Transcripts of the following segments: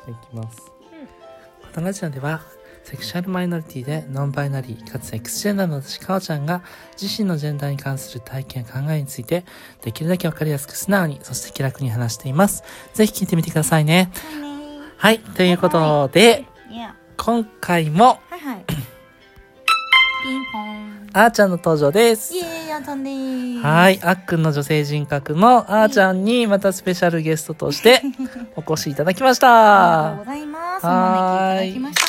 いきます。このラジオではセクシャルマイノリティでノンバイナリーかつ X ジェンダーの私かおちゃんが自身のジェンダーに関する体験や考えについてできるだけわかりやすく素直にそして気楽に話しています。ぜひ聞いてみてくださいね。はい、ということで、今回もピンポン。 あーちゃんの登場です。 イエーイ、あーちゃんでーす。 はい、あっくんの女性人格のあーちゃんにまたスペシャルゲストとしてお越しいただきましありがとうた。 ございます。お招きいただきました。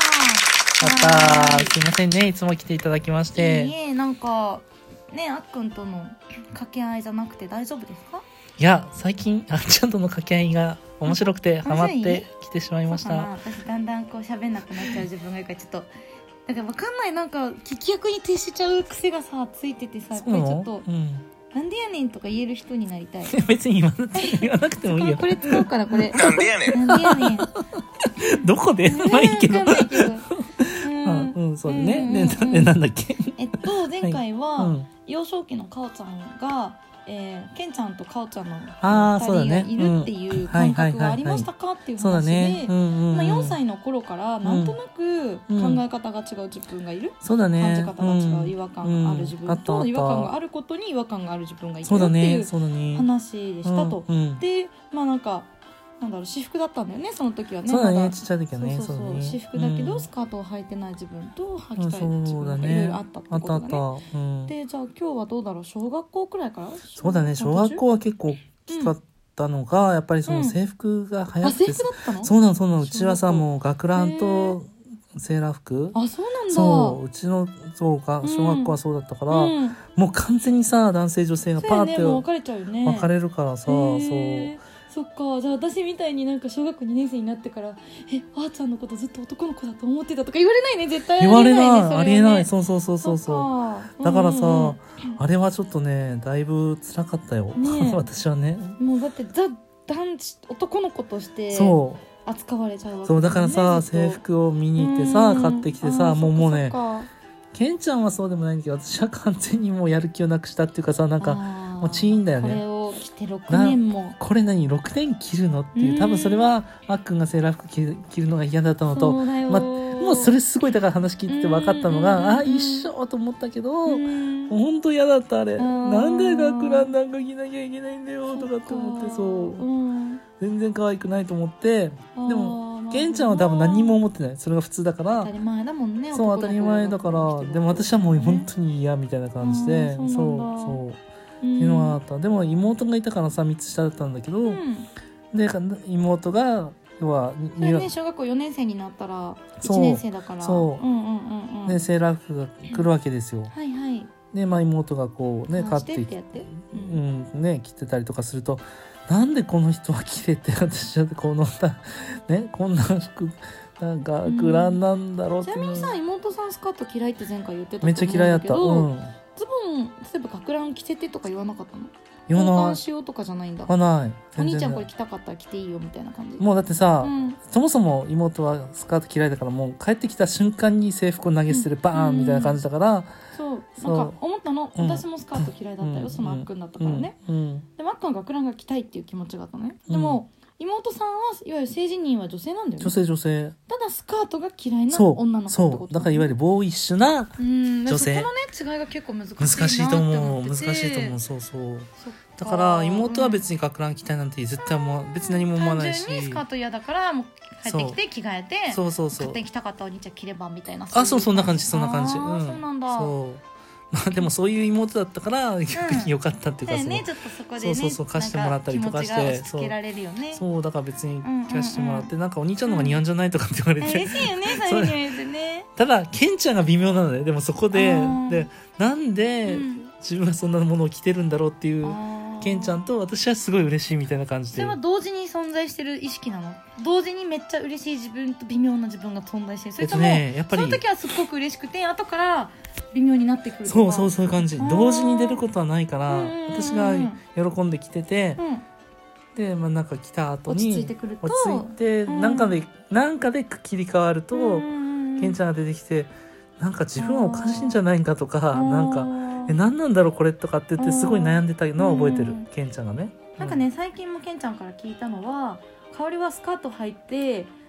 またすいませんね、いつも来ていただきましいて。 え、なんかね、あっくんとの掛け合いじゃなくて大丈夫ですか？ いや、最近あっちゃんとの掛け合いが面白くてハマってきてしまいました。 私だんだんこう喋んなくなっちゃう自分がいるからちょっとなんかわかんない、なんか聞き役に徹しちゃう癖がさついててさ、やっぱりちょっと、なんでやねんとか言える人になりたい。 別に言わなくてもいいよ。 これ使おうかな、これ。 なんでやねん。 なんでやねん。 どこでまあいいけど。 わかんないけど。 そうね。ね、なんだっけ。 前回は幼少期のかおちゃんがケンちゃんとかおちゃんの2人がいるっていう感覚がありましたかっていう話で、4歳の頃からなんとなく考え方が違う自分がいる、 そうだね、 感じ方が違う違和感がある自分と、違和感があることに違和感がある自分がいるっていう話でしたと。で、まあなんかなんだろう、私服だったんだよね、その時はね。 そうだね、ちっちゃい時はね。 そう私服だけどスカートを履いてない自分と履きたい自分がいろいろあったってことだね。で、じゃあ今日はどうだろう、小学校くらいから。 そうだね、小学校は結構大きかったのが、やっぱりその制服が流行って、 制服だったの？ そうなの、うちはさ、もう学ランとセーラー服。 あ、そうなんだ。 そう、うちの小学校はそうだったから、もう完全にさ、男性女性がパーって分かれちゃうよね。 分かれるからさ、そう。 そっか、じゃあ私みたいになんか小学校2年生になってからあーちゃんのことずっと男の子だと思ってたとか言われないね、絶対。 言われない、ありえない。そうだからさ、あれはちょっとね、だいぶ辛かったよ、私はね。 もうだって男子男の子として扱われちゃうわけ。 そうだからさ、制服を見に行ってさ、買ってきてさ、もうね、ケンちゃんはそうでもないんだけど、私は完全にもうやる気をなくしたっていうかさ、なんかもうチーンだよね。 これを着て6年もこれ6年着るのっていう、多分それはあっくんがセーラー服着るのが嫌だったのと、もうそれすごいだから話聞いてて分かったのが、一緒と思ったけど、もう本当嫌だったあれ。なんで学ランなんか着なきゃいけないんだよとかって思って、全然可愛くないと思って。でもケンちゃんは多分何も思ってない、それが普通だから。 当たり前だもんね。 そう、当たり前だから。でも私はもう本当に嫌みたいな感じで、そうっていうのがあった。でも妹がいたからさ、3つ下だったんだけど、で妹が要は小学校4年生になったら1年生だから、 でセーラー服が来るわけですよ。で、まあ、妹がこうね買ってきて着てたりとかすると、なんでこの人は着れて私はこのね、こんな服なんか学ランなんだろうって。 ちなみにさ、妹さんスカート嫌いって前回言ってたと思うんだけど、 めっちゃ嫌いだった。 ズボン例えば学ラン着せてとか言わなかったの？ 交換しようとかじゃないんだ。 ない。 お兄ちゃんこれ着たかったら着ていいよみたいな感じ。 もうだってさ、そもそも妹はスカート嫌いだから、もう帰ってきた瞬間に制服を投げ捨てる、バーンみたいな感じだから。 そうなんか思ったの、私もスカート嫌いだったよ、そのあっくんだったからね。でもあっくんは学ランが着たいっていう気持ちがあったのね。でも妹さんはいわゆる性自認は女性なんだよね。 女性。 ただスカートが嫌いな女の子ってこと。 だからいわゆるボーイッシュな女性。 そこのね違いが結構難しいと思う。そうだから妹は別に学ラン着たいなんて絶対別に何も思わないし、 単純にスカート嫌だからもう帰ってきて着替えて、勝手に着たかったお兄ちゃん着ればみたいな。 そんな感じ。そうなんだ。 まあでもそういう妹だったから逆に良かったっていうか、 ちょっとそこでね、 貸してもらったりとかして、そうだから別に貸してもらって、なんかお兄ちゃんの方が似合うんじゃないとかって言われて、 嬉しいよね、そういうの言われてね。 ただケンちゃんが微妙なので、でもそこでなんで自分はそんなものを着てるんだろうっていうケンちゃんと私はすごい嬉しいみたいな感じで。 それは同時に存在してる意識なの？同時にめっちゃ嬉しい自分と微妙な自分が存在してる？それともやっぱりその時はすっごく嬉しくて後から微妙になってくるとか？ そういう感じ。同時に出ることはないから、私が喜んで着てて、で、まあ、なんか着た後に落ち着いてくると、 落ち着いてなんかで切り替わると、ケンちゃんが出てきて、なんか自分はおかしいんじゃないかとか、なんか何なんだろうこれとかって言ってすごい悩んでたのは覚えてる、ケンちゃんがね。 なんかね、最近もケンちゃんから聞いたのは、香りはスカート履いて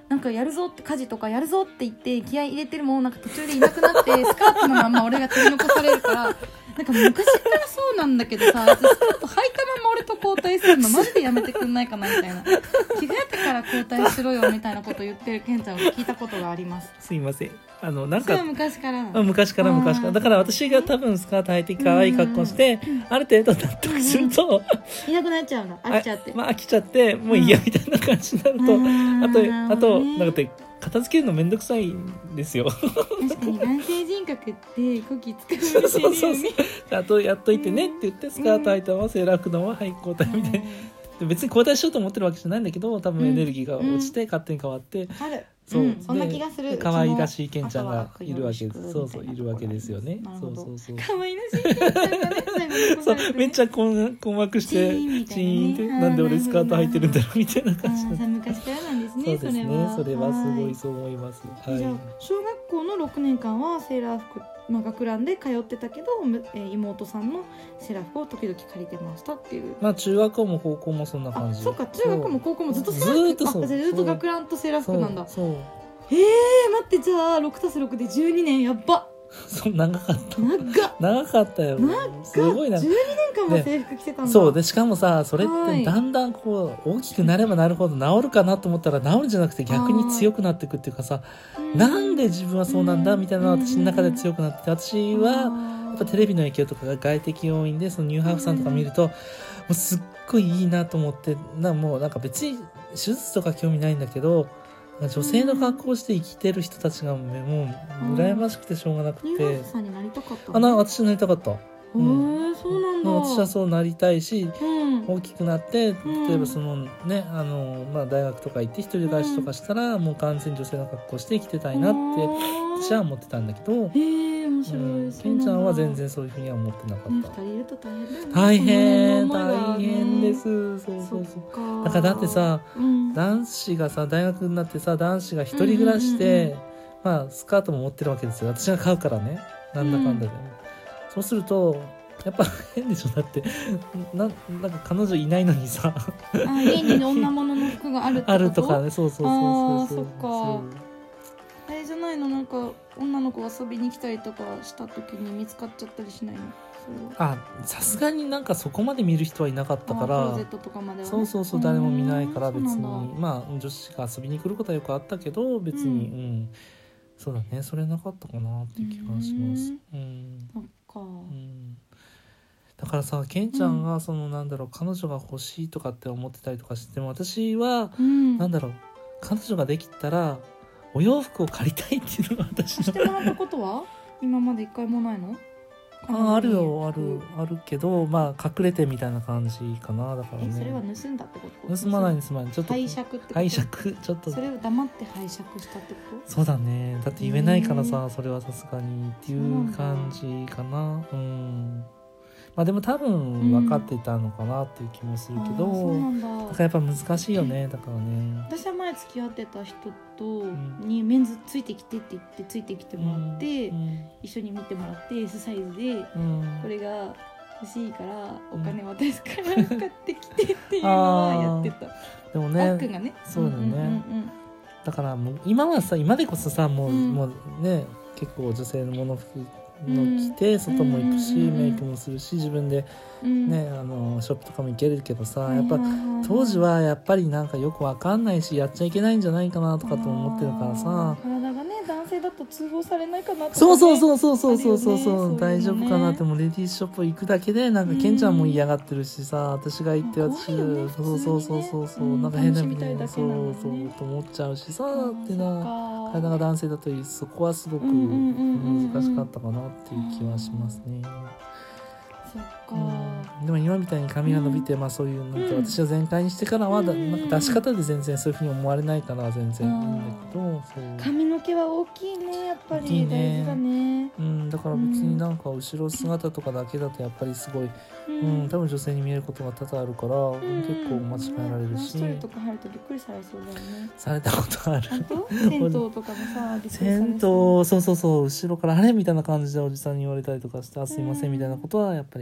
なんかやるぞって家事とかやるぞって言って気合い入れてるもんなんか途中でいなくなってスカートのまま俺が取り残されるからなんか昔からそうなんだけどさスカート履いたまま俺と交代するのマジでやめてくんないかなみたいな着替えてから交代しろよみたいなこと言ってるケンちゃんを聞いたことがあります。 すいません。なんか昔からだから私が多分スカート履いて可愛い格好して、ある程度納得すると、 いなくなっちゃうんだ。飽きちゃって。 飽きちゃってもう嫌みたいな感じになると、あとなんか片付けるのめんどくさいんですよ。 確かに男性人格ってこき使うらしいよね。 あとやっといてねって言ってスカート履いたままセーラー服のまま交代みたいな。別に交代しようと思ってるわけじゃないんだけど、多分エネルギーが落ちて勝手に変わって、 そんな気がする。 可愛らしいケンちゃんがいるわけです。そういるわけですよね。 可愛らしいケンちゃんがね、 そうめっちゃ困惑してチーンってなんで俺スカート履いてるんだろうみたいな感じで。 昔からなんですね。 そうですね。それはすごいそう思います。 じゃあ小学校の6年間はセーラー服学ランで通ってたけど、妹さんのセーラー服を時々借りてましたっていう。 中学校も高校もそんな感じ。 そうか、中学も高校もずっとセーラー服。ずっと学ランとセーラー服なんだ。 そう。 待ってじゃあ 6+6 で12年やっば。 長かったよ。すごいな。 12年間も制服着てたんだ。 そうで、しかもさ、それってだんだんこう大きくなればなるほど治るかなと思ったら治るんじゃなくて逆に強くなっていくっていうかさ、なんで自分はそうなんだみたいなのが私の中で強くなって、私はやっぱテレビの影響とかが外的要因で、そのニューハーフさんとか見るともうすっごいいいなと思って、もうなんか別に手術とか興味ないんだけど、女性の格好をして生きてる人たちがもう羨ましくてしょうがなくて。 ニューハーフさんになりたかったの？ 私なりたかった。 そうなんだ。 私はそうなりたいし、大きくなって例えばそのね大学とか行って一人暮らしとかしたら、もう完全に女性の格好して生きてたいなって私は思ってたんだけど、 面白い。 ケンちゃんは全然そういうふうには思ってなかった。 2人いると大変だよね。 大変です。そうだからだってさ、男子がさ大学になってさ、男子が一人暮らして、スカートも持ってるわけですよ。私が買うからね、なんだかんだで、そうするとやっぱ変でしょ。だってなんか彼女いないのにさ家に女物の服があるってこと？ あるとかね。そう。 そっか。あれじゃないの、なんか女の子遊びに来たりとかした時に見つかっちゃったりしないの？ さすがになんかそこまで見る人はいなかったから、 クローゼットとかまではね。 そう誰も見ないから別に、女子が遊びに来ることはよくあったけど別に、そうだね、それなかったかなっていう気がします。 そっか。 だからさ、ケンちゃんが彼女が欲しいとかって思ってたりとかしても、私は、彼女ができたらお洋服を借りたいっていうのが私の。 してもらったことは今まで一回もないの？ あるよ、あるけど、隠れてみたいな感じかな。だからね。 それは盗んだってこと？ 盗まないちょっと拝借ってこと？ 拝借ちょっと。 それを黙って拝借したってこと？ そうだね。だって言えないからさ、それはさすがにっていう感じかな。でも多分分かってたのかなっていう気もするけど、だからやっぱ難しいよね。だからね、 私は前付き合ってた人とにメンズついてきてって言ってついてきてもらって、一緒に見てもらって S サイズで、これが欲しいからお金渡すから買ってきてっていうのはやってた。 でもね、 バッグがね、 そうだよね。だからもう今でこそさ、もうね、結構女性のもの服の着て外も行くし、メイクもするし、自分でね、ショップとかも行けるけどさ、やっぱ当時はやっぱりなんかよくわかんないし、やっちゃいけないんじゃないかなとかと思ってるからさ、 体がね、男性だと通報されないかなとか、ね、 そう大丈夫かなって。もレディースショップ行くだけでなんかケンちゃんも嫌がってるしさ、私が行ってそうなんか変なみたいだけなと思っちゃうしさ、ってな、体が男性だとそこはすごく難しかったかなっていう気はしますね。 そっか。 でも今みたいに髪が伸びて、そういうのって私は全開にしてからはなんか出し方で全然そういうふうに思われないから全然いいんだけど、 髪の毛は大きいね、やっぱり。大きいね。大事だね。 だから別になんか後ろ姿とかだけだとやっぱりすごい、多分女性に見えることが多々あるから、結構間違えられるし。 ストーリーとか入るとびっくりされそうだよね。 されたことある。 銭湯とかもさ、 銭湯、そう後ろからあれみたいな感じでおじさんに言われたりとかして、すいませんみたいなことはやっぱり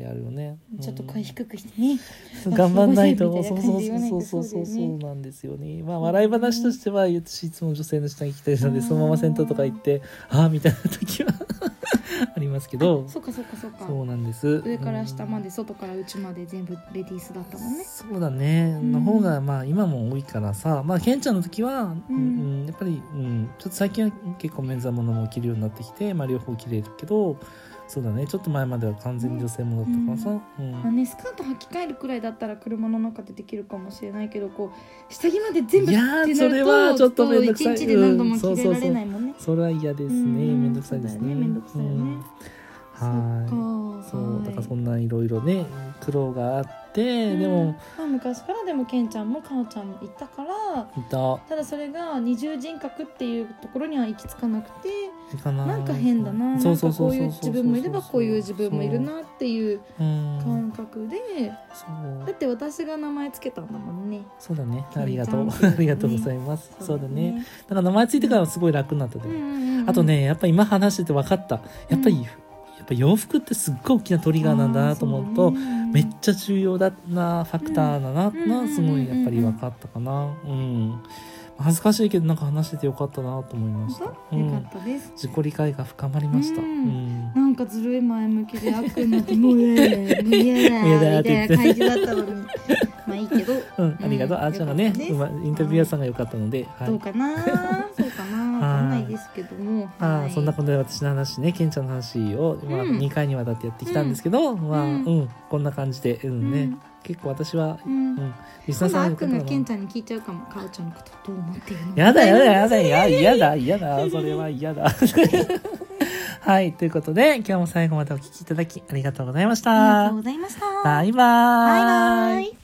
りあるよね、 ちょっと声低くしてね、 頑張んないと。そうそうなんですよね。まあ笑い話としては、いつも女性の下着着てるので、そのまま銭湯とか行ってああみたいな時はありますけど。 そうかそうなんです。 上から下まで、外から内まで全部レディースだったもんね。 そうだね、の方がまあ今も多いからさ、まあケンちゃんの時は、やっぱり、ちょっと最近は結構メンズものも着るようになってきて、まあ両方着れるけど、そうだね、ちょっと前までは完全に女性ものだったからさ、 まあね、スカート履き替えるくらいだったら車の中でできるかもしれないけど、こう下着まで全部ってなると、 それはちょっとめんどくさい。 1日で何度も着れられないもんね。 それは嫌ですね。めんどくさいですね。 めんどくさいよね。 そうだからそんないろいろね苦労があって、でも、 まあ、昔からでもケンちゃんもカオちゃんもいたから、ただそれが二重人格っていうところには行き着かなくて、なんか変だな、なんかこういう自分もいればこういう自分もいるなっていう感覚で、だって私が名前つけたんだもんね。 そうだね、ありがとうありがとうございます。そうだね、だから名前ついてからはすごい楽になったと思う。あとね、やっぱり今話してて分かった、やっぱり洋服ってすっごい大きなトリガーなんだなと思うと、めっちゃ重要だなファクターだな、すごいやっぱり分かったかな。恥ずかしいけどなんか話しててよかったなと思いました。よかったです。 自己理解が深まりました。 なんかずるい前向きで悪になってもう嫌だみたいな感じだったのにまあいいけど、 ありがとう。あーちゃんがね、インタビュアーさんが良かったので、 どうかなそうかな、わかんないですけども、 そんなことで私の話ね、ケンちゃんの話を2回にわたってやってきたんですけど、こんな感じでね、結構私はリスナーさんがケンちゃんに聞いちゃうかも、カオちゃんのことどう思ってるの。 やだそれは嫌だはい、ということで今日も最後までお聞きいただきありがとうございました。 ありがとうございました。 バイバーイ。